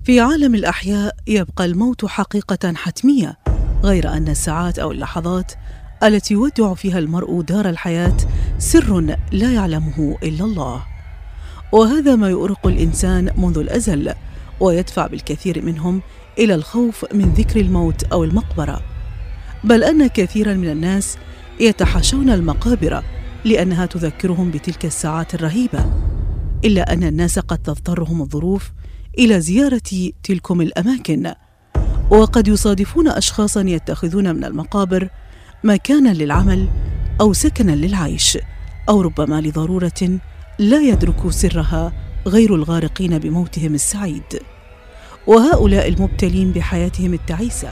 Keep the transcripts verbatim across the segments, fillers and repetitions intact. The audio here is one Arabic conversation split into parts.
في عالم الأحياء يبقى الموت حقيقة حتمية، غير أن الساعات أو اللحظات التي يودع فيها المرء دار الحياة سر لا يعلمه إلا الله، وهذا ما يؤرق الإنسان منذ الأزل، ويدفع بالكثير منهم إلى الخوف من ذكر الموت أو المقبرة، بل أن كثيرا من الناس يتحاشون المقابر لأنها تذكرهم بتلك الساعات الرهيبة، إلا أن الناس قد تضطرهم الظروف إلى زيارة تلكم الأماكن، وقد يصادفون أشخاصا يتخذون من المقابر مكانا للعمل أو سكنا للعيش، أو ربما لضرورة لا يدرك سرها غير الغارقين بموتهم السعيد، وهؤلاء المبتلين بحياتهم التعيسة.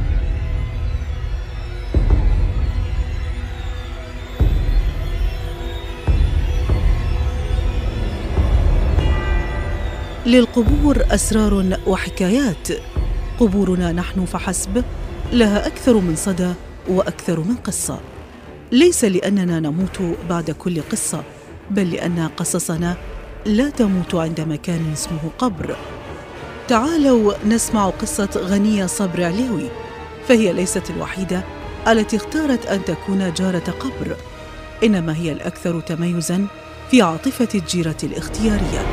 للقبور أسرار وحكايات، قبورنا نحن فحسب لها أكثر من صدى وأكثر من قصة، ليس لأننا نموت بعد كل قصة، بل لأن قصصنا لا تموت عند مكان اسمه قبر. تعالوا نسمع قصة غنية صبر عليوي، فهي ليست الوحيدة التي اختارت أن تكون جارة قبر، إنما هي الأكثر تميزاً في عاطفة الجيرة الاختيارية.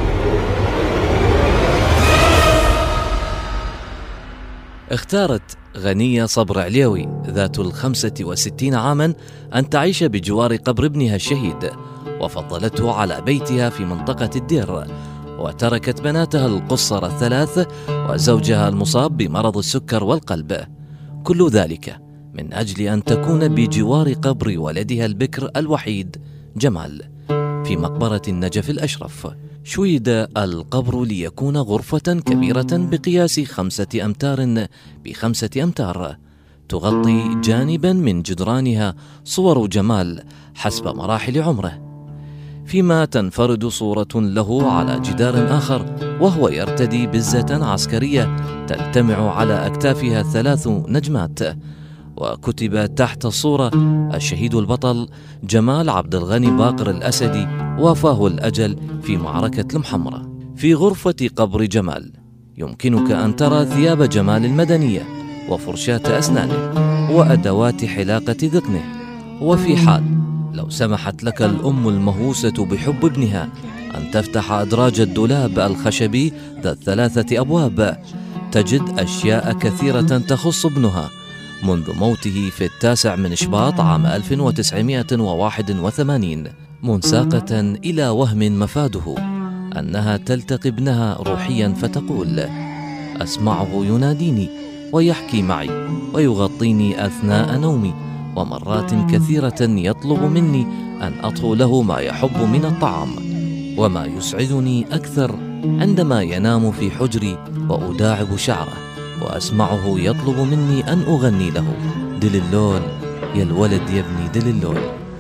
اختارت غنية صبر عليوي ذات الخمسة وستين عاماً أن تعيش بجوار قبر ابنها الشهيد، وفضلته على بيتها في منطقة الدير، وتركت بناتها القصر الثلاث وزوجها المصاب بمرض السكر والقلب، كل ذلك من أجل أن تكون بجوار قبر ولدها البكر الوحيد جمال في مقبرة النجف الأشرف. شيد القبر ليكون غرفة كبيرة بقياس خمسة أمتار بخمسة أمتار، تغطي جانبا من جدرانها صور جمال حسب مراحل عمره، فيما تنفرد صورة له على جدار آخر وهو يرتدي بزة عسكرية تلتمع على أكتافها ثلاث نجمات، وكتب تحت الصورة: الشهيد البطل جمال عبد الغني باقر الأسدي، وافاه الأجل في معركة المحمرة. في غرفة قبر جمال يمكنك أن ترى ثياب جمال المدنية وفرشاة أسنانه وأدوات حلاقة ذقنه، وفي حال لو سمحت لك الأم المهووسة بحب ابنها أن تفتح أدراج الدولاب الخشبي ذا الثلاثة أبواب، تجد أشياء كثيرة تخص ابنها منذ موته في التاسع من شباط عام ألف وتسعمائة وواحد وثمانين، منساقة إلى وهم مفاده أنها تلتقي ابنها روحيا فتقول: أسمعه يناديني ويحكي معي ويغطيني أثناء نومي، ومرات كثيرة يطلب مني أن أطهو له ما يحب من الطعام، وما يسعدني أكثر عندما ينام في حجري وأداعب شعره وأسمعه يطلب مني أن أغني له: دل اللول يا الولد يا ابني دل اللول.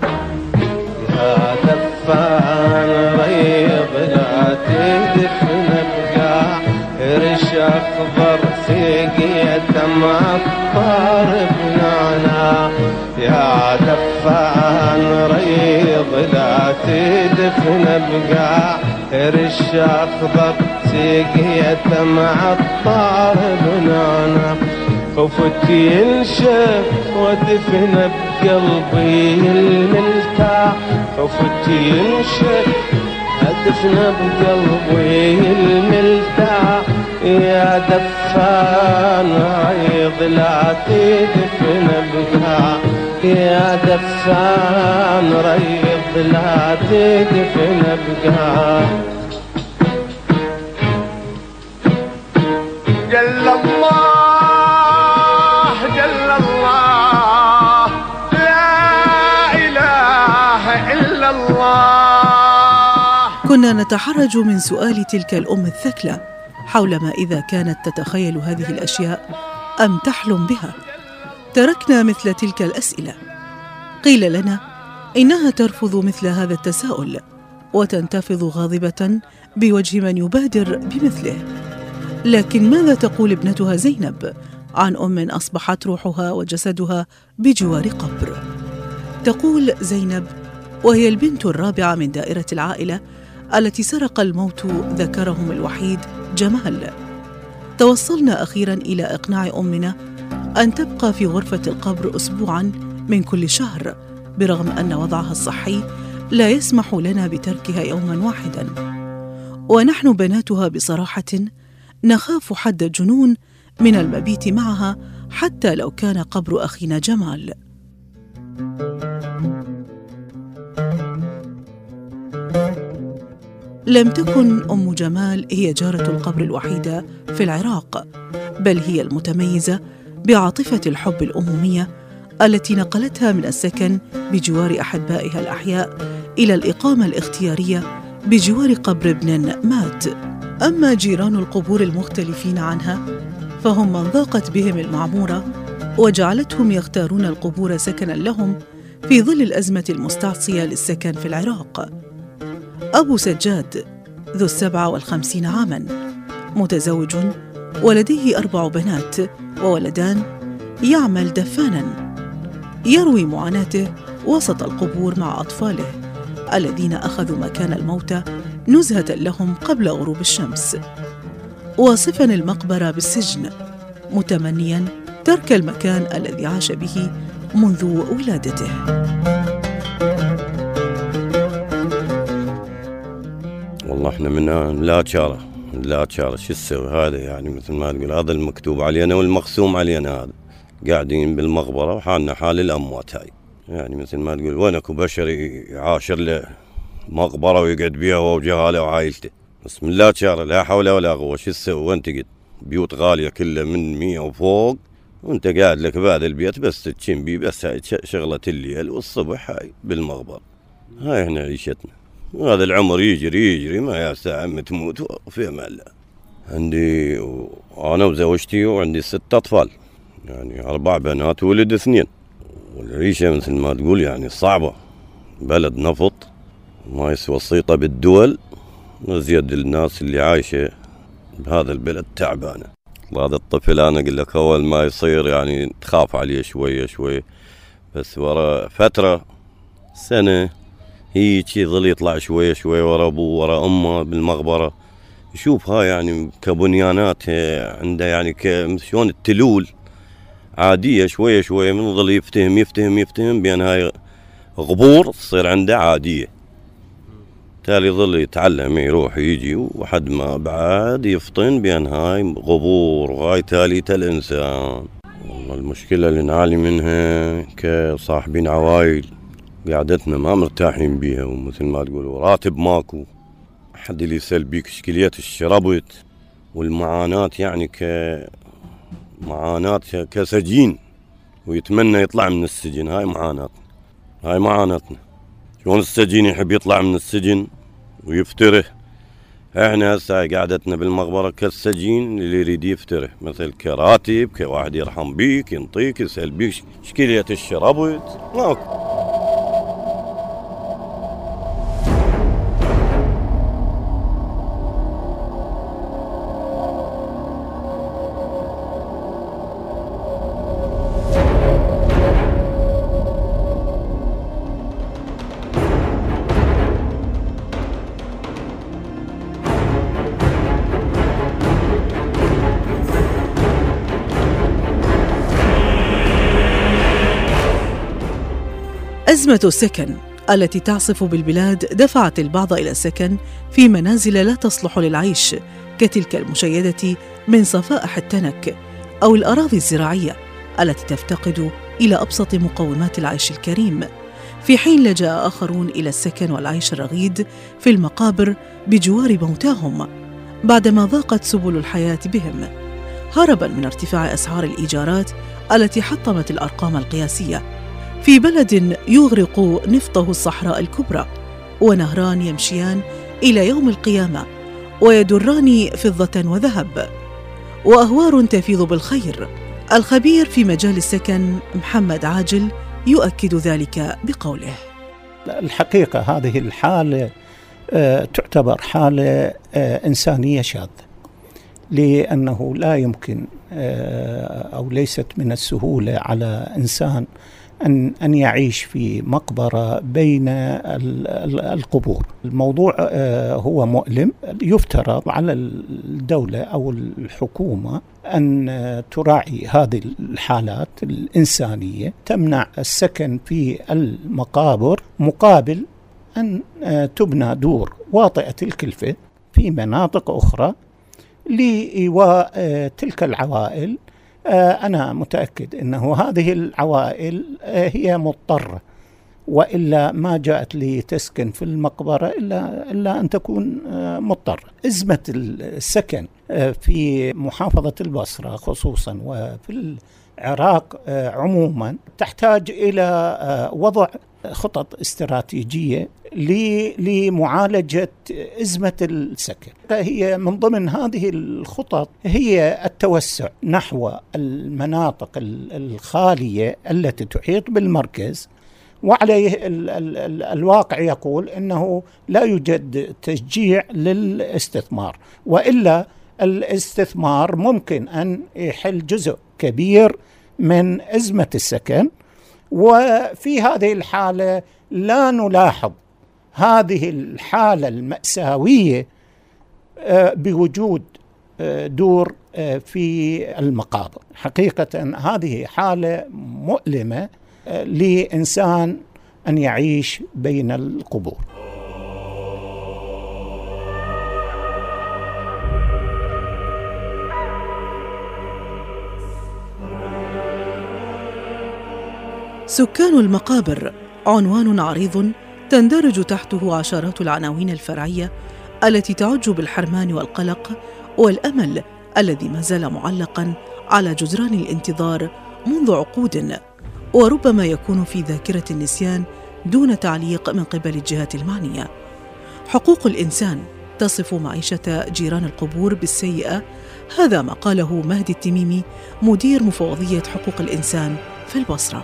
يا دفان ريض لا تدفن بقاع رش أخضر سقية معطر بنانا، يا دفان ريض لا تدفن بقاع رش أخضر سقية معطر بنانا، خفت ينشف ودفن بقلبي الملتاع، خفت ينشف ودفن بقلبي الملتاع، يا دفان ريض لا تدفن بقاع، يا دفان ريض لا تدفن بقاع. جل الله جل الله لا إله إلا الله. كنا نتحرج من سؤال تلك الأم الثكلى حول ما إذا كانت تتخيل هذه الأشياء أم تحلم بها. تركنا مثل تلك الأسئلة، قيل لنا إنها ترفض مثل هذا التساؤل وتنتفض غاضبة بوجه من يبادر بمثله. لكن ماذا تقول ابنتها زينب عن أم أصبحت روحها وجسدها بجوار قبر؟ تقول زينب، وهي البنت الرابعة من دائرة العائلة التي سرق الموت ذكرهم الوحيد جمال: توصلنا أخيراً إلى إقناع أمنا أن تبقى في غرفة القبر أسبوعاً من كل شهر، برغم أن وضعها الصحي لا يسمح لنا بتركها يوماً واحداً. ونحن بناتها بصراحة نخاف حد الجنون من المبيت معها، حتى لو كان قبر أخينا جمال. لم تكن أم جمال هي جارة القبر الوحيدة في العراق، بل هي المتميزة بعاطفة الحب الأمومية التي نقلتها من السكن بجوار أحبائها الأحياء إلى الإقامة الاختيارية بجوار قبر ابن مات. أما جيران القبور المختلفين عنها فهم من ضاقت بهم المعمورة وجعلتهم يختارون القبور سكنا لهم في ظل الأزمة المستعصية للسكن في العراق. أبو سجاد ذو السبعة والخمسين عاماً، متزوج ولديه أربع بنات وولدان، يعمل دفاناً، يروي معاناته وسط القبور مع أطفاله الذين أخذوا مكان الموتى نزهة لهم قبل غروب الشمس. واصفاً المقبرة بالسجن، متمنياً ترك المكان الذي عاش به منذ ولادته. والله احنا من لا تشاره لا تشاره شو تسوي؟ هذا يعني مثل ما تقول هذا المكتوب علينا والمقسوم علينا، هذا قاعدين بالمقبره وحالنا حال الاموات. هاي يعني مثل ما تقول وين اكو بشر يعاشر له مقبره ويقعد بيها هو وجهاله وعائلته؟ بسم الله تشاره، لا حول ولا قوه. شو تسوي وانت قد بيوت غاليه كلها من مية وفوق، وانت قاعد لك بهذا البيت بس تشم بيه، بس هاي شغله الليل والصبح هاي بالمقبره. هاي احنا عيشتنا، وهذا العمر يجري يجري ما يا ساعة تموت وفي امان الله. عندي انا وزوجتي وعندي ست اطفال، يعني اربع بنات وولد اثنين. والعيشه مثل ما تقول يعني صعبه، بلد نفط ما يسوى الصيطه بالدول، وزيد الناس اللي عايشه بهذا البلد تعبانه. هذا الطفل انا اقول لك اول ما يصير يعني تخاف عليه شويه شويه، بس ورا فتره سنه هيك يظل يطلع شويه شويه ورا ابوه ورا امه بالمقبره، يشوفها يعني كبنيانات عنده يعني كشلون التلول عاديه، شويه شويه من يظل يفتهم يفتهم يفتهم بين هاي غبور تصير عنده عاديه. تالي يظل يتعلم يروح يجي وحد ما بعد يفطن بين هاي غبور وهاي تالية الانسان. والله المشكله اللي نعاني منها كصاحبين عوائل، قعدتنا ما مرتاحين بيها، ومثل ما تقولوا راتب ماكو، حد اللي يسأل بيك شكليات الشربت، والمعاناة يعني كمعاناة كسجين ويتمنى يطلع من السجن. هاي معاناتنا هاي معاناتنا. شلون السجين يحب يطلع من السجن ويفتره، احنا هسه قعدتنا بالمقبرة كالسجين اللي يريد يفتره، مثل كراتب كواحد يرحم بيك ينطيك يسأل بيك شكليات الشربت ماكو. أزمة السكن التي تعصف بالبلاد دفعت البعض إلى السكن في منازل لا تصلح للعيش، كتلك المشيدة من صفائح التنك أو الأراضي الزراعية التي تفتقد إلى أبسط مقومات العيش الكريم، في حين لجأ آخرون إلى السكن والعيش الرغيد في المقابر بجوار موتاهم بعدما ضاقت سبل الحياة بهم، هرباً من ارتفاع أسعار الإيجارات التي حطمت الأرقام القياسية في بلد يغرق نفطه الصحراء الكبرى، ونهران يمشيان إلى يوم القيامة ويدران فضة وذهب، وأهوار تفيض بالخير. الخبير في مجال السكن محمد عاجل يؤكد ذلك بقوله: الحقيقة هذه الحالة تعتبر حالة إنسانية شاذة، لأنه لا يمكن أو ليست من السهولة على إنسان أن أن يعيش في مقبرة بين القبور. الموضوع هو مؤلم. يفترض على الدولة أو الحكومة أن تراعي هذه الحالات الإنسانية، تمنع السكن في المقابر مقابل أن تبنى دور واطئة الكلفة في مناطق أخرى لإيواء تلك العوائل. أنا متأكد أنه هذه العوائل هي مضطرة، وإلا ما جاءت لتسكن في المقبرة إلا, إلا أن تكون مضطرة. أزمة السكن في محافظة البصرة خصوصا وفي العراق عموما تحتاج إلى وضع خطط استراتيجية لمعالجة أزمة السكن. هي من ضمن هذه الخطط هي التوسع نحو المناطق الخالية التي تحيط بالمركز، وعليه ال ال ال الواقع يقول أنه لا يوجد تشجيع للاستثمار، وإلا الاستثمار ممكن أن يحل جزء كبير من أزمة السكن. وفي هذه الحالة لا نلاحظ هذه الحالة المأساوية بوجود دور في المقابر. حقيقة هذه حالة مؤلمة لإنسان أن يعيش بين القبور. سكان المقابر عنوان عريض تندرج تحته عشرات العناوين الفرعية التي تعج بالحرمان والقلق والأمل الذي ما زال معلقاً على جدران الانتظار منذ عقود، وربما يكون في ذاكرة النسيان دون تعليق من قبل الجهات المعنية. حقوق الإنسان تصف معيشة جيران القبور بالسيئة، هذا ما قاله مهدي التميمي مدير مفوضية حقوق الإنسان في البصرة.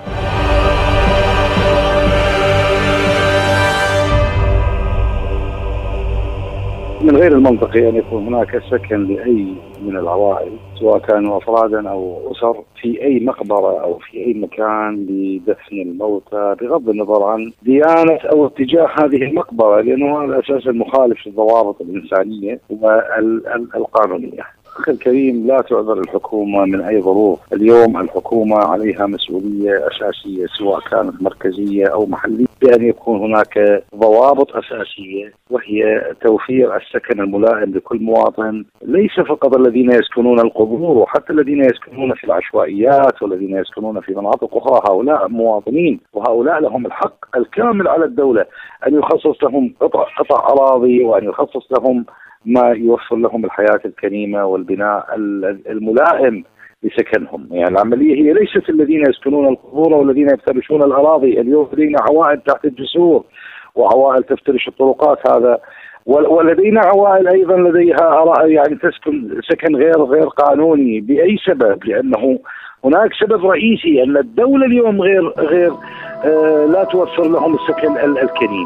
من غير المنطقي أن يكون هناك سكن لأي من العوائل سواء كانوا أفرادا أو أسر في أي مقبرة أو في أي مكان لدفن الموتى بغض النظر عن ديانة أو اتجاه هذه المقبرة، لأنه هذا أساسا مخالف للضوابط الإنسانية والقانونية. أخي الكريم، لا تعذر الحكومة من أي ظروف. اليوم الحكومة عليها مسؤولية أساسية سواء كانت مركزية أو محلية بأن يكون هناك ضوابط أساسية، وهي توفير السكن الملائم لكل مواطن، ليس فقط الذين يسكنون القبور وحتى الذين يسكنون في العشوائيات والذين يسكنون في مناطق أخرى. هؤلاء مواطنين وهؤلاء لهم الحق الكامل على الدولة أن يخصص لهم قطع, قطع أراضي وأن يخصص لهم ما يوفر لهم الحياة الكريمة والبناء الملائم لسكنهم. يعني العملية هي ليست الذين يسكنون القبور والذين يفترشون الأراضي. اليوم لدينا عوائل تحت الجسور وعوائل تفترش الطرقات، هذا ولدينا عوائل أيضا لديها يعني تسكن سكن غير غير قانوني بأي سبب، لأنه هناك سبب رئيسي أن الدولة اليوم غير غير آه لا توفر لهم السكن الكريم.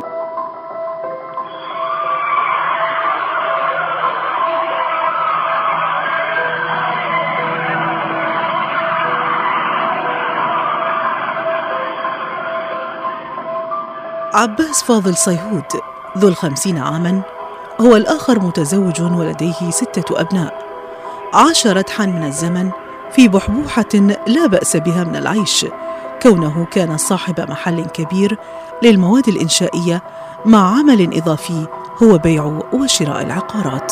عباس فاضل صيهود ذو الخمسين عاماً هو الآخر متزوج ولديه ستة أبناء. عاش ردحاً من الزمن في بحبوحة لا بأس بها من العيش، كونه كان صاحب محل كبير للمواد الإنشائية مع عمل إضافي هو بيع وشراء العقارات.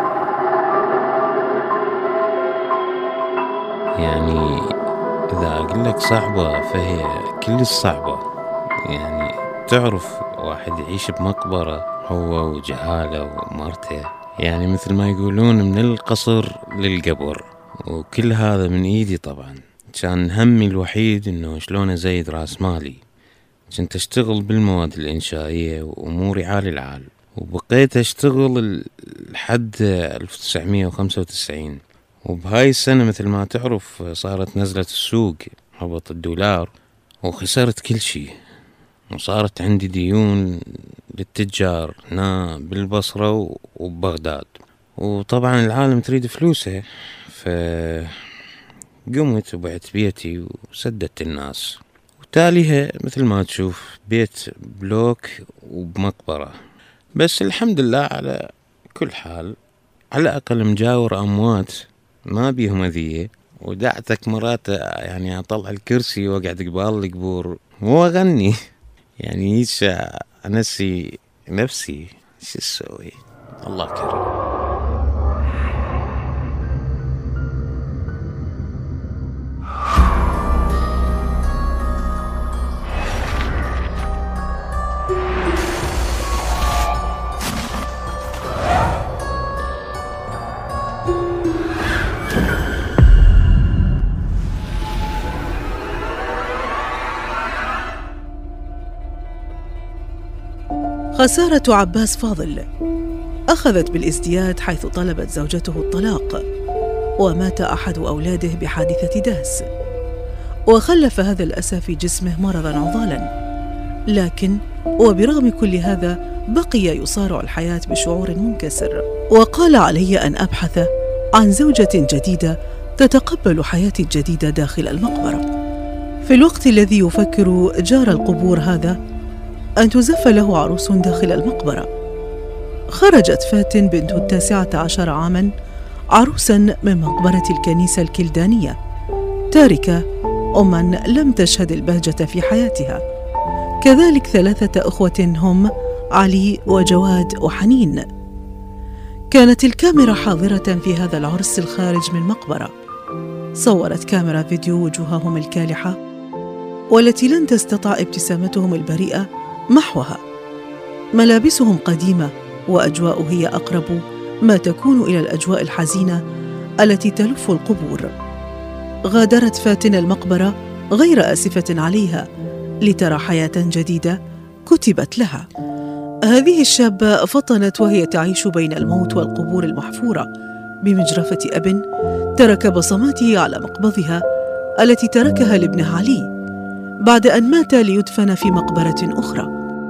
يعني إذا أقول لك صعبة فهي كل الصعبة. يعني تعرف واحد يعيش بمقبرة هو وجهاله ومرته، يعني مثل ما يقولون من القصر للقبر، وكل هذا من ايدي. طبعا كان همي الوحيد انه شلون ازيد راس مالي. كنت اشتغل بالمواد الانشائية واموري عال العال، وبقيت اشتغل لحد ألف وتسعمية وخمسة وتسعين. وبهاي السنة مثل ما تعرف صارت نزلة السوق، هبط الدولار وخسرت كل شيء، وصارت عندي ديون للتجار هنا بالبصرة وبغداد. وطبعا العالم تريد فلوسه، فقمت وبعت بيتي وسددت الناس تاليها مثل ما تشوف بيت بلوك وبمقبرة. بس الحمد لله على كل حال، على الأقل مجاور أموات ما بيهم أذية، ودعتك مرات يعني أطلع الكرسي وأقعد قبال القبور وأغني يعني إيش أنسي نفسي. شو أسوي؟ الله كريم. خسارة عباس فاضل أخذت بالازدياد حيث طلبت زوجته الطلاق، ومات أحد أولاده بحادثة داس، وخلف هذا الأسى في جسمه مرضاً عضالاً. لكن وبرغم كل هذا بقي يصارع الحياة بشعور منكسر، وقال علي أن أبحث عن زوجة جديدة تتقبل حياتي الجديدة داخل المقبرة. في الوقت الذي يفكر جار القبور هذا أن تزف له عروس داخل المقبرة، خرجت فاتن بنت التاسعة عشر عاماً عروساً من مقبرة الكنيسة الكلدانية، تاركة أماً لم تشهد البهجة في حياتها، كذلك ثلاثة أخوة هم علي وجواد وحنين. كانت الكاميرا حاضرة في هذا العرس الخارج من مقبرة. صورت كاميرا فيديو وجوههم الكالحة والتي لن تستطع ابتسامتهم البريئة محوها. ملابسهم قديمة وأجواء هي أقرب ما تكون إلى الأجواء الحزينة التي تلف القبور. غادرت فاتن المقبرة غير آسفة عليها لترى حياة جديدة كتبت لها. هذه الشابة فطنت وهي تعيش بين الموت والقبور المحفورة بمجرفة أب ترك بصماته على مقبضها التي تركها لابنه علي بعد أن مات ليدفن في مقبرة أخرى.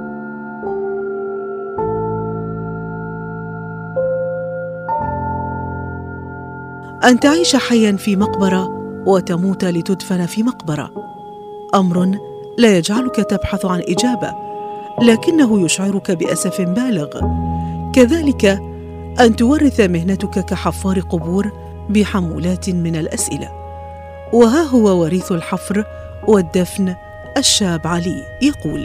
أن تعيش حياً في مقبرة وتموت لتدفن في مقبرة أمر لا يجعلك تبحث عن إجابة، لكنه يشعرك بأسف بالغ. كذلك أن تورث مهنتك كحفار قبور بحمولات من الأسئلة. وها هو وريث الحفر والدفن الشاب علي يقول: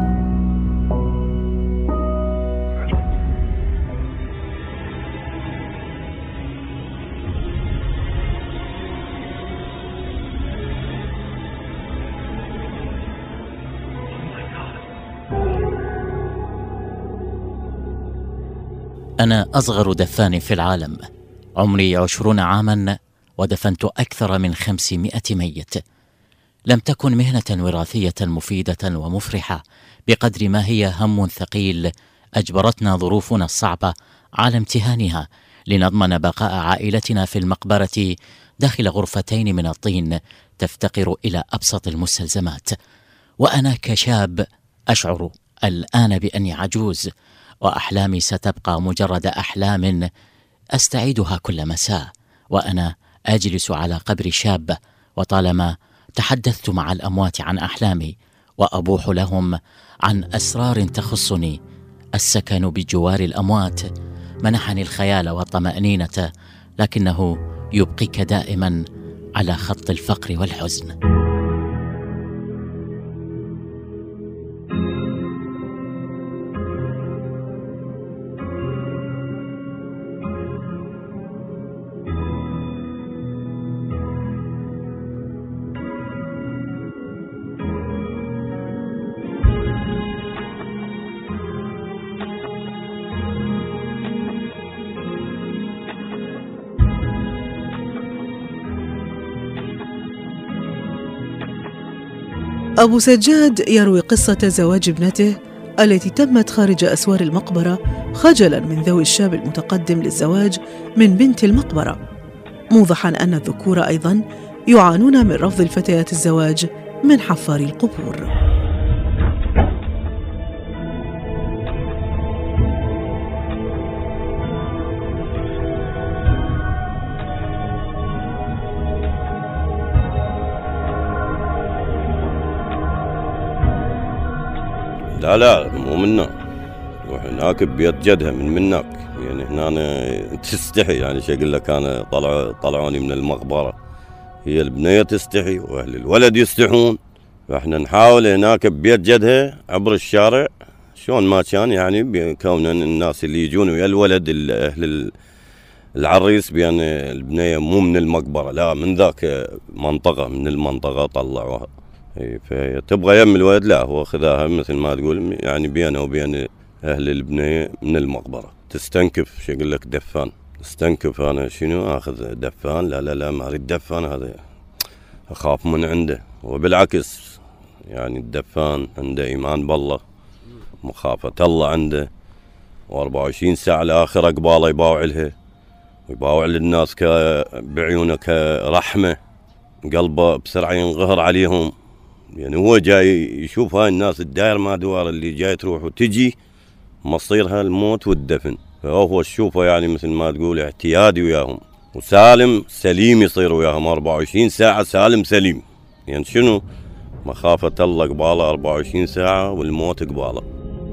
أنا أصغر دفان في العالم، عمري عشرون عاماً ودفنت أكثر من خمسمائة ميت. لم تكن مهنة وراثية مفيدة ومفرحة بقدر ما هي هم ثقيل أجبرتنا ظروفنا الصعبة على امتهانها لنضمن بقاء عائلتنا في المقبرة داخل غرفتين من الطين تفتقر إلى أبسط المستلزمات. وأنا كشاب أشعر الآن بأني عجوز، وأحلامي ستبقى مجرد أحلام أستعيدها كل مساء وأنا أجلس على قبر شاب. وطالما تحدثت مع الأموات عن أحلامي وأبوح لهم عن أسرار تخصني، السكن بجوار الأموات منحني الخيال والطمأنينة، لكنه يبقيك دائما على خط الفقر والحزن. أبو سجاد يروي قصة زواج ابنته التي تمت خارج أسوار المقبرة خجلاً من ذوي الشاب المتقدم للزواج من بنت المقبرة، موضحاً أن الذكور أيضاً يعانون من رفض الفتيات الزواج من حفار القبور. لا لا مو منا، وهناك ببيت جدها من منك. يعني هنا تستحي، يعني شو اقول لك، انا طلعوا طلعوني من المقبره، هي البنيه تستحي واهل الولد يستحون، فاحنا نحاول هناك ببيت جدها عبر الشارع شلون ما كان، يعني كونا الناس اللي يجون ويا الولد اهل العريس بان البنيه مو من المقبره، لا من ذاك منطقه من المنطقه طلعوها. فتبغى يم الولد، لا هو خذاها مثل ما تقول يعني بينه وبين اهل البنيه من المقبره. تستنكف شو اقول لك دفان، استنكف انا شنو اخذ دفان؟ لا لا لا ما اريد دفان، هذا اخاف من عنده. وبالعكس يعني الدفان عنده ايمان بالله، مخافه الله عنده، وأربعة وعشرين ساعه الاخره قباله يباوع لها ويباوع للناس بعيونه كرحمه، قلبه بسرعه ينقهر عليهم. يعني هو جاي يشوف هاي الناس الداير ما دوار اللي جاي تروح وتجي مصيرها الموت والدفن، فهو تشوفه يعني مثل ما تقول اعتيادي وياهم، وسالم سليم يصير وياهم أربعة وعشرين ساعة سالم سليم. يعني شنو؟ مخافة الله قباله أربعة وعشرين ساعة والموت قباله.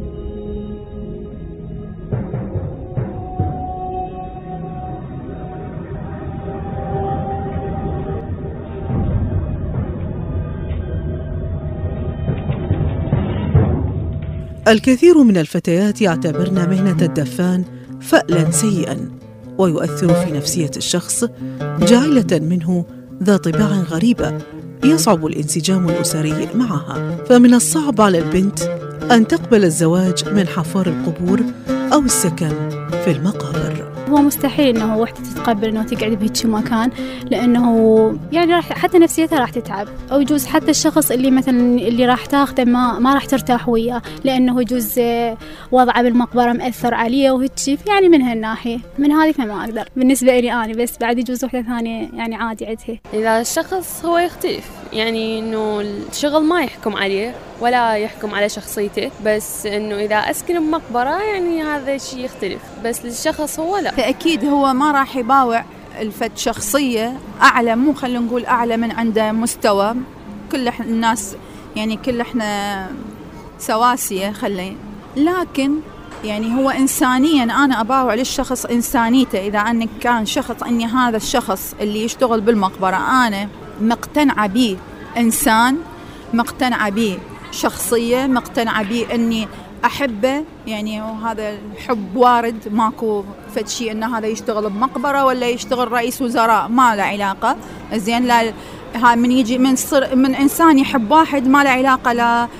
الكثير من الفتيات يعتبرن مهنة الدفان فألا سيئا، ويؤثر في نفسية الشخص، جاعلة منه ذا طباع غريبة يصعب الانسجام الأسري معها. فمن الصعب على البنت أن تقبل الزواج من حفار القبور أو السكن في المقابر. هو مستحيل انه وحده تتقبل انه تقعد بهيك مكان، لانه يعني راح حتى نفسيتها راح تتعب، او يجوز حتى الشخص اللي مثلا اللي راح تاخذه ما ما راح ترتاح وياه، لانه يجوز وضعه بالمقبره مأثر عليه وهيك. يعني من هالناحيه من هذه فما اقدر بالنسبه لي انا، بس بعد يجوز وحده ثانيه يعني عادي عندها. اذا الشخص هو يختلف، يعني انه الشغل ما يحكم عليه ولا يحكم على شخصيته، بس انه اذا اسكن بمقبره يعني هذا الشيء يختلف، بس للشخص هو لا. فاكيد هو ما راح يباوع الفت شخصيه اعلى، مو خلينا نقول اعلى من عنده مستوى، كل الناس يعني كل احنا سواسيه خلينا، لكن يعني هو انسانيا انا اباوع للشخص انسانيته. اذا انك كان شخص اني هذا الشخص اللي يشتغل بالمقبره انا مقتنعه به انسان، مقتنعه به شخصيه، مقتنعه به اني احبه، يعني وهذا الحب وارد، ماكو فد شيء ان هذا يشتغل بمقبره ولا يشتغل رئيس وزراء، ما له علاقه. زين لا هاي من يجي من صر من انسان يحب واحد ما له علاقه لا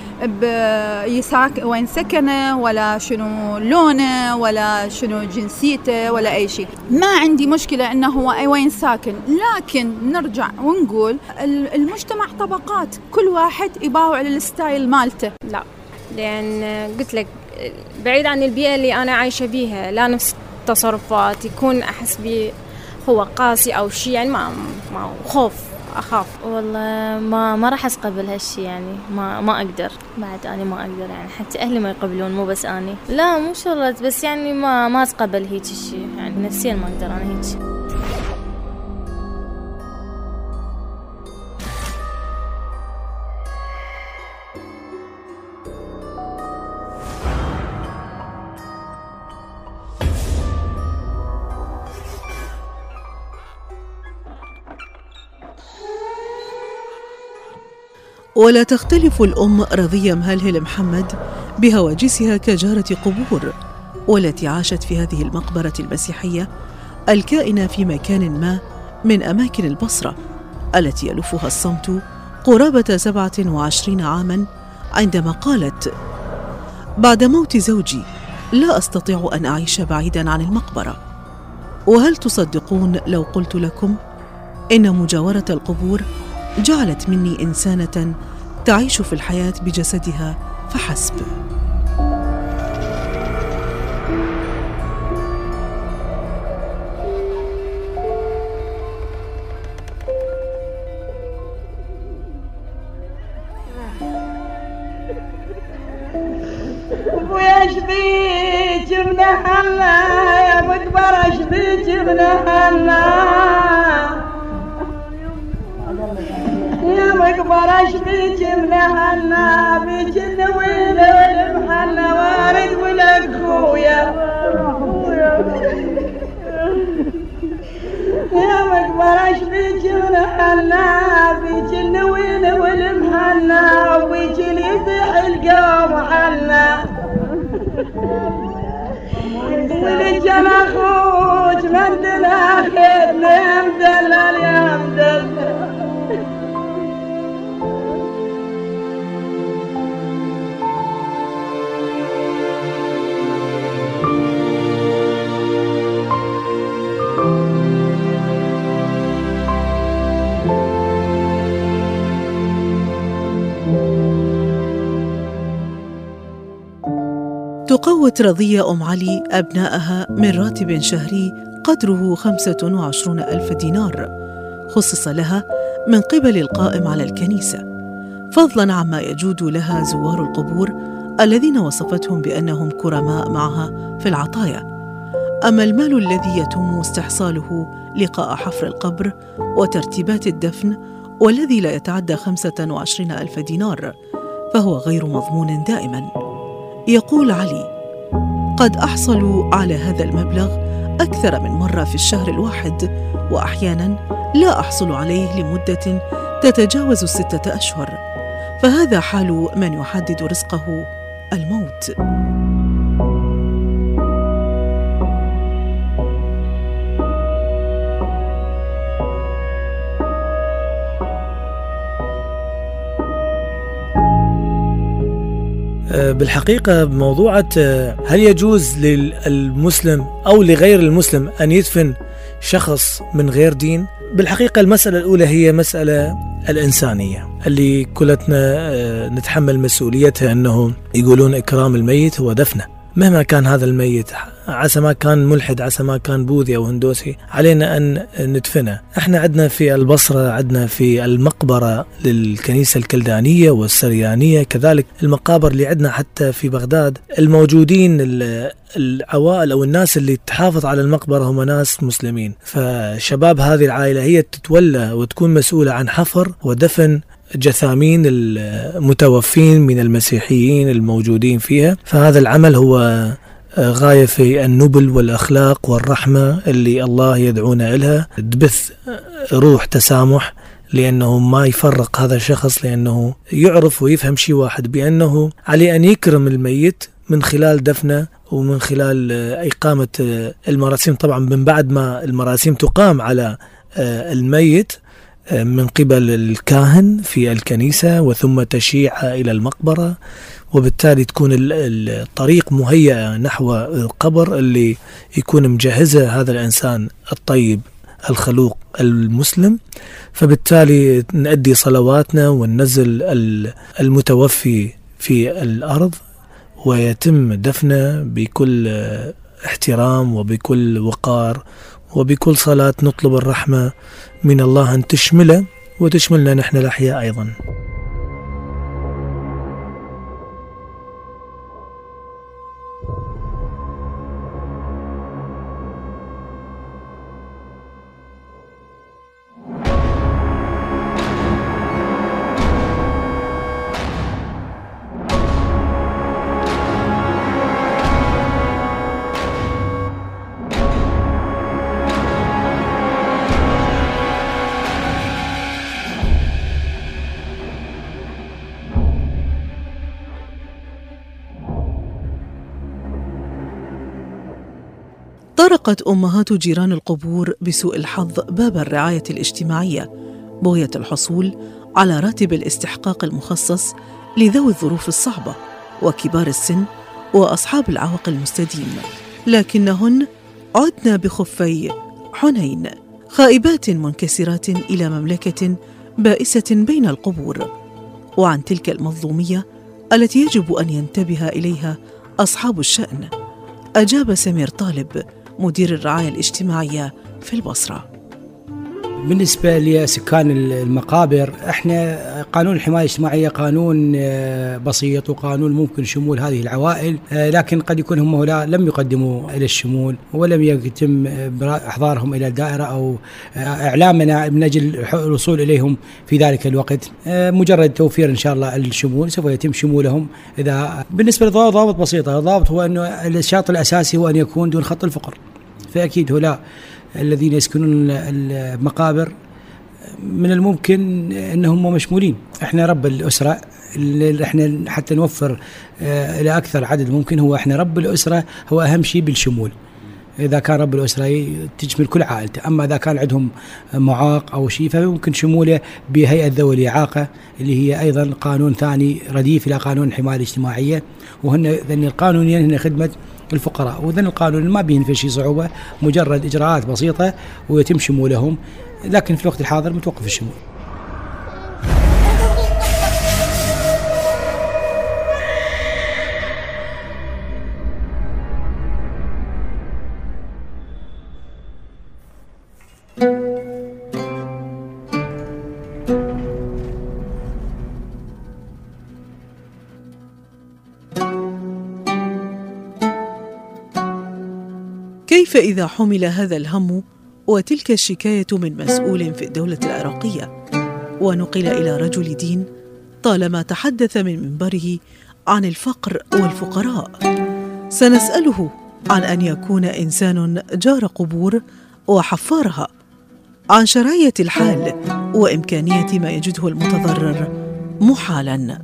بيساك وين سكنه ولا شنو لونه ولا شنو جنسيته ولا اي شيء. ما عندي مشكله انه هو اي وين ساكن، لكن نرجع ونقول المجتمع طبقات، كل واحد يباوع للستايل مالته. لا، لان قلت لك بعيد عن البيئه اللي انا عايشه بيها، لا نفس التصرفات يكون احس بيه هو قاسي او شيء، يعني ما ما خوف اخاف. والله ما ما راح اتقبل هالشيء، يعني ما ما اقدر، بعد انا ما اقدر، يعني حتى اهلي ما يقبلون، مو بس اني، لا مو شرط، بس يعني ما ما اتقبل هيك الشيء، يعني نفسيا ما اقدر انا هيك. ولا تختلف الأم رضية مهلهل محمد بهواجسها كجارة قبور، والتي عاشت في هذه المقبرة المسيحية الكائنة في مكان ما من أماكن البصرة التي يلفها الصمت قرابة سبعة وعشرين عاماً، عندما قالت: بعد موت زوجي لا أستطيع أن أعيش بعيداً عن المقبرة. وهل تصدقون لو قلت لكم إن مجاورة القبور جعلت مني إنسانة تعيش في الحياة بجسدها فحسب. ابويا شبيك من هلا يا مقبرة، شبيك من هلا يا مقبرة مقبرة شبيك منهنا بيك النويل والمحنة وارد ولك خويا يا مقبرة شبيك منهنا بيك النويل والمحنة وبيك اللي يطيح القوم حنا ولك انا اخوك مندل اخذنا يا مدلل يا مدلل. تقوت رضية أم علي أبنائها من راتب شهري قدره خمسة وعشرون ألف دينار خصص لها من قبل القائم على الكنيسة، فضلاً عما يجود لها زوار القبور الذين وصفتهم بأنهم كرماء معها في العطايا. أما المال الذي يتم استحصاله لقاء حفر القبر وترتيبات الدفن والذي لا يتعدى خمسة وعشرين ألف دينار فهو غير مضمون دائماً. يقول علي: قد أحصلوا على هذا المبلغ أكثر من مرة في الشهر الواحد، وأحياناً لا أحصل عليه لمدة تتجاوز ستة أشهر، فهذا حال من يحدد رزقه الموت. بالحقيقة بموضوعة هل يجوز للمسلم أو لغير المسلم أن يدفن شخص من غير دين؟ بالحقيقة المسألة الأولى هي مسألة الإنسانية اللي كلتنا نتحمل مسؤوليتها، أنه يقولون إكرام الميت هو دفنه مهما كان هذا الميت، عسى ما كان ملحد، عسى ما كان بوذي أو هندوسي، علينا أن ندفنه. احنا عندنا في البصرة، عندنا في المقبرة للكنيسة الكلدانية والسريانية، كذلك المقابر اللي عندنا حتى في بغداد، الموجودين العوائل أو الناس اللي تحافظ على المقبرة هم ناس مسلمين، فشباب هذه العائلة هي تتولى وتكون مسؤولة عن حفر ودفن جثامين المتوفين من المسيحيين الموجودين فيها. فهذا العمل هو غاية في النبل والأخلاق والرحمة اللي الله يدعونا إلها، تبث روح تسامح، لأنه ما يفرق هذا الشخص، لأنه يعرف ويفهم شيء واحد، بأنه عليه أن يكرم الميت من خلال دفنه ومن خلال إقامة المراسيم. طبعا من بعد ما المراسيم تقام على الميت من قبل الكاهن في الكنيسة وثم تشييعها إلى المقبرة، وبالتالي تكون الطريق مهيئة نحو القبر اللي يكون مجهزة هذا الإنسان الطيب الخلوق المسلم. فبالتالي نؤدي صلواتنا وننزل المتوفي في الأرض ويتم دفنه بكل احترام وبكل وقار وبكل صلاة، نطلب الرحمة من الله أن تشمله وتشملنا نحن الأحياء أيضا. طرقت أمهات جيران القبور بسوء الحظ باب الرعاية الاجتماعية بغية الحصول على راتب الاستحقاق المخصص لذوي الظروف الصعبة وكبار السن وأصحاب العوق المستديم، لكنهن عدن بخفي حنين خائبات منكسرات إلى مملكة بائسة بين القبور. وعن تلك المظلومية التي يجب أن ينتبه إليها أصحاب الشأن أجاب سمير طالب مدير الرعاية الاجتماعية في البصرة. بالنسبة لسكان المقابر، احنا قانون الحماية الاجتماعية قانون بسيط وقانون ممكن شمول هذه العوائل، لكن قد يكون هم لا لم يقدموا إلى الشمول ولم يتم إحضارهم إلى الدائرة أو إعلامنا من أجل الوصول إليهم في ذلك الوقت. مجرد توفير إن شاء الله الشمول سوف يتم شمولهم. إذا بالنسبة للضوابط بسيطة، الضابط هو أنه الشرط الأساسي هو أن يكون دون خط الفقر، فأكيد هؤلاء الذين يسكنون المقابر من الممكن أنهم مشمولين. إحنا رب الأسرة اللي إحنا حتى نوفر إلى أكثر عدد ممكن، هو إحنا رب الأسرة هو أهم شيء بالشمول. إذا كان رب الأسرة تشمل كل عائلته، أما إذا كان عندهم معاق أو شيء فممكن شموله بهيئة ذوي الإعاقة اللي هي أيضا قانون ثاني رديف إلى قانون الحماية الاجتماعية، وهن ذن القانونين هن خدمة الفقراء، وذن القانون ما بين في شيء صعوبة، مجرد إجراءات بسيطة ويتم شمولهم، لكن في الوقت الحاضر متوقف الشمول. كيف إذا حمل هذا الهم وتلك الشكاية من مسؤول في الدولة العراقية ونقل إلى رجل دين طالما تحدث من منبره عن الفقر والفقراء؟ سنسأله عن أن يكون إنسان جار قبور وحفارها، عن شرعية الحال وإمكانية ما يجده المتضرر محالاً.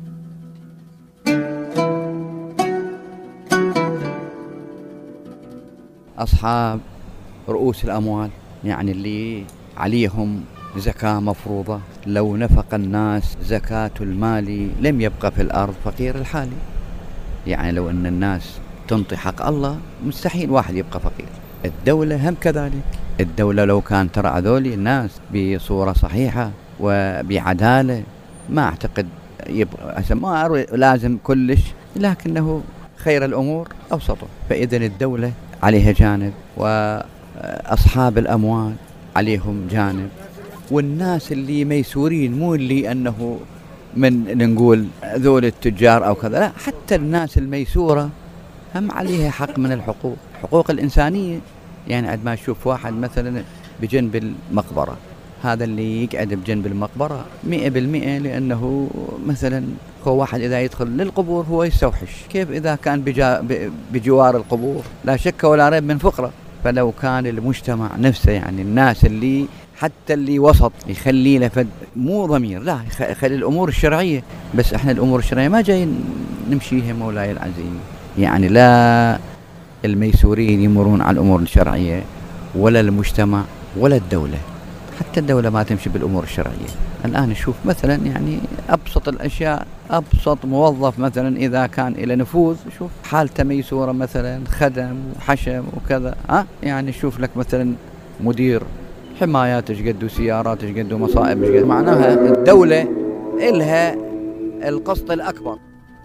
أصحاب رؤوس الأموال، يعني اللي عليهم زكاة مفروضة، لو نفق الناس زكاة المال لم يبقى في الأرض فقير الحالي. يعني لو أن الناس تنطي حق الله مستحيل واحد يبقى فقير. الدولة هم كذلك، الدولة لو كان ترى ذولي الناس بصورة صحيحة وبعدالة ما أعتقد يبقى، ما أروي لازم كلش، لكنه خير الأمور أوسطه. فإذن الدولة عليها جانب وأصحاب الأموال عليهم جانب، والناس اللي ميسورين، مو اللي أنه من نقول ذول التجار أو كذا، لا، حتى الناس الميسورة هم عليها حق من الحقوق، حقوق الإنسانية. يعني عندما أشوف واحد مثلا بجنب المقبرة، هذا اللي يقعد بجنب المقبرة مئة بالمئة، لأنه مثلا هو واحد إذا يدخل للقبور هو يستوحش، كيف إذا كان بجوار القبور؟ لا شك ولا ريب من فقرة. فلو كان المجتمع نفسه، يعني الناس اللي حتى اللي وسط يخلي له فد مو ضمير، لا يخلي الأمور الشرعية، بس احنا الأمور الشرعية ما جاي نمشيها مولاي العزيز. يعني لا الميسورين يمرون على الأمور الشرعية، ولا المجتمع ولا الدولة، حتى الدولة ما تمشي بالأمور الشرعية. الآن نشوف مثلا يعني أبسط الأشياء، أبسط موظف مثلا إذا كان إلى نفوذ، شوف حالته ميسورة، مثلا خدم وحشم وكذا، ها يعني شوف لك مثلا مدير حمايات ايش قد وسيارات ايش قد ومصائب ايش قد، معناها الدولة إلها القسط الأكبر.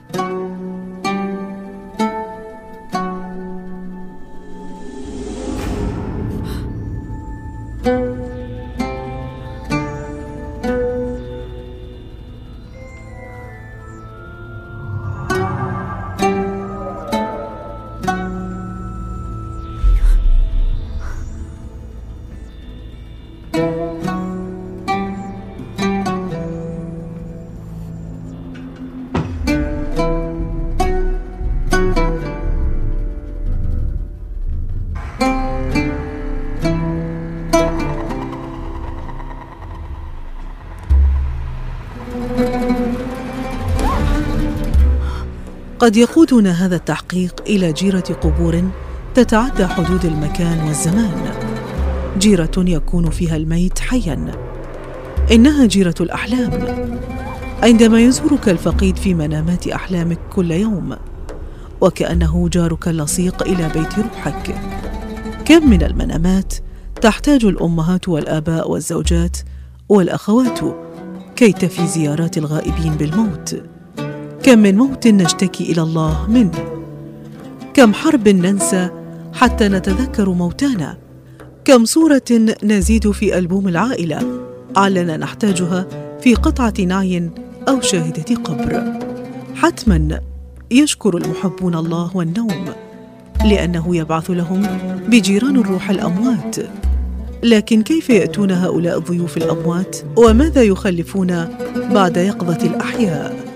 قد يقودنا هذا التحقيق إلى جيرة قبور تتعدى حدود المكان والزمان، جيرة يكون فيها الميت حياً. إنها جيرة الأحلام، عندما يزورك الفقيد في منامات أحلامك كل يوم، وكأنه جارك اللصيق إلى بيت روحك. كم من المنامات تحتاج الأمهات والآباء والزوجات والأخوات كي تفي زيارات الغائبين بالموت. كم من موت نشتكي إلى الله منه، كم حرب ننسى حتى نتذكر موتانا، كم صورة نزيد في ألبوم العائلة علنا نحتاجها في قطعة نعي أو شاهدة قبر. حتماً يشكر المحبون الله والنوم، لأنه يبعث لهم بجيران الروح الأموات. لكن كيف يأتون هؤلاء الضيوف الأموات؟ وماذا يخلفون بعد يقظة الأحياء؟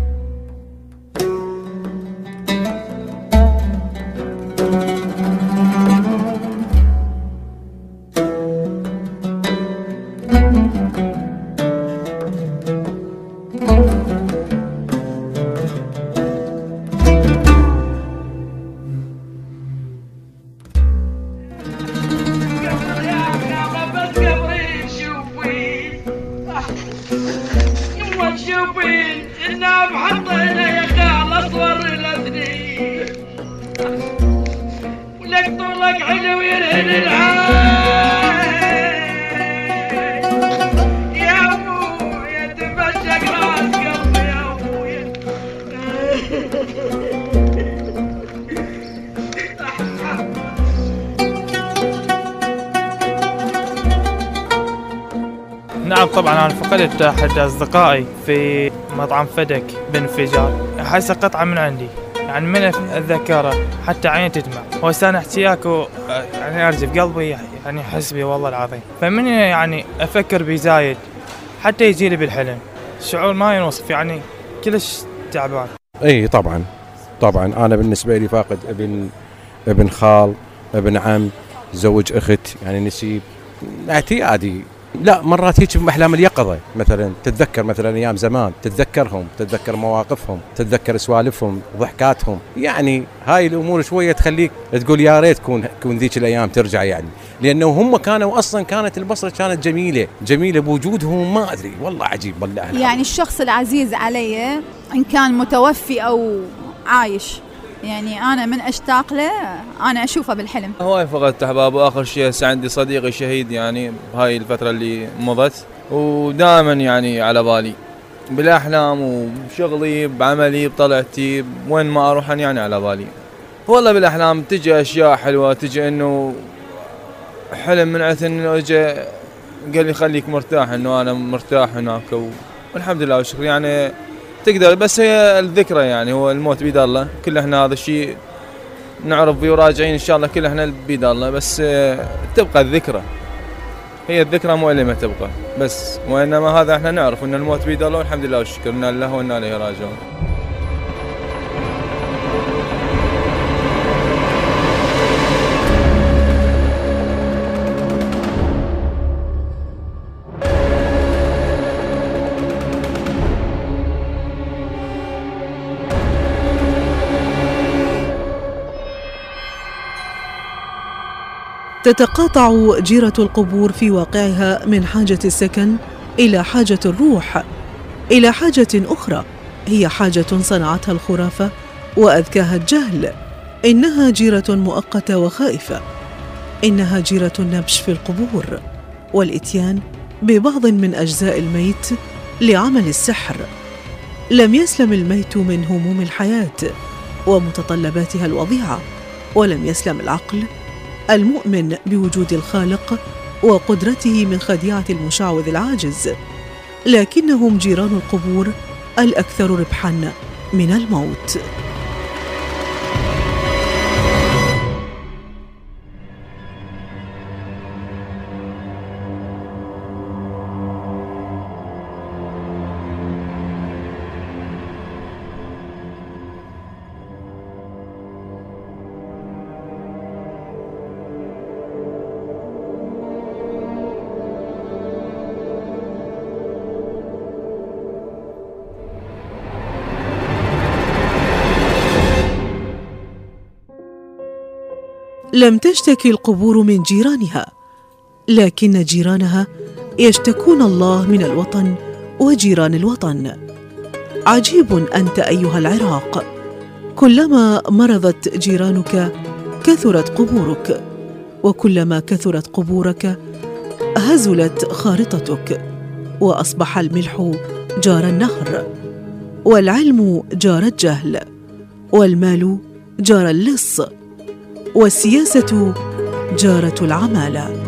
نعم طبعا أنا فقدت أحد أصدقائي في مطعم فدك بانفجار. هسه قطعة من عندي يعني من أتذكره حتى عيني تدمع، وسان احتياكه يعني أرجف قلبي يعني حسبي والله العظيم. فمن يعني أفكر بزايد حتى يجيلي بالحلم شعور ما ينوصف، يعني كلش تعبان. اي طبعا طبعا انا بالنسبه لي فاقد ابن ابن خال، ابن عم، زوج اخت، يعني نسيب اعتيادي. لا مرات هيك باحلام اليقظه مثلا تتذكر مثلا ايام زمان، تتذكرهم، تتذكر مواقفهم، تتذكر سوالفهم، ضحكاتهم. يعني هاي الامور شويه تخليك تقول يا ريت تكون تكون ذيك الايام ترجع، يعني لانه هم كانوا اصلا كانت البصره كانت جميله جميله بوجودهم. ما ادري والله عجيب والله. يعني الشخص العزيز علي ان كان متوفي او عايش، يعني أنا من أشتاق له أنا أشوفه بالحلم. هواي فقدت أحباب، وآخر شيء هسه عندي صديقي شهيد يعني بهاي الفترة اللي مضت، ودائما يعني على بالي بالأحلام وبشغلي بعملي بطلعتي وين ما أروح يعني على بالي. والله بالأحلام تجي أشياء حلوة، تجي إنه حلم من عث إنه إجا قال لي خليك مرتاح، إنه أنا مرتاح هناك والحمد لله والشكر. يعني تقدر بس هي الذكرى، يعني هو الموت بيد الله، كل احنا هذا الشيء نعرف فيه وراجعين ان شاء الله، كل احنا بيد الله، بس تبقى الذكرى، هي الذكرى مؤلمة تبقى بس، وانما هذا احنا نعرف ان الموت بيد الله والحمد لله والشكر، إنا لله وإنا إليه راجعون. تتقاطع جيرة القبور في واقعها من حاجة السكن إلى حاجة الروح، إلى حاجة أخرى هي حاجة صنعتها الخرافة وأذكاها الجهل. إنها جيرة مؤقتة وخائفة، إنها جيرة النبش في القبور والإتيان ببعض من أجزاء الميت لعمل السحر. لم يسلم الميت من هموم الحياة ومتطلباتها الوضيعة، ولم يسلم العقل المؤمن بوجود الخالق وقدرته من خديعة المشعوذ العاجز، لكنهم جيران القبور الأكثر ربحاً من الموت. لم تشتكي القبور من جيرانها، لكن جيرانها يشتكون الله من الوطن وجيران الوطن. عجيب أنت أيها العراق، كلما مرضت جيرانك كثرت قبورك، وكلما كثرت قبورك هزلت خارطتك، وأصبح الملح جار النهر، والعلم جار الجهل، والمال جار اللص، والسياسة جارة العمالة.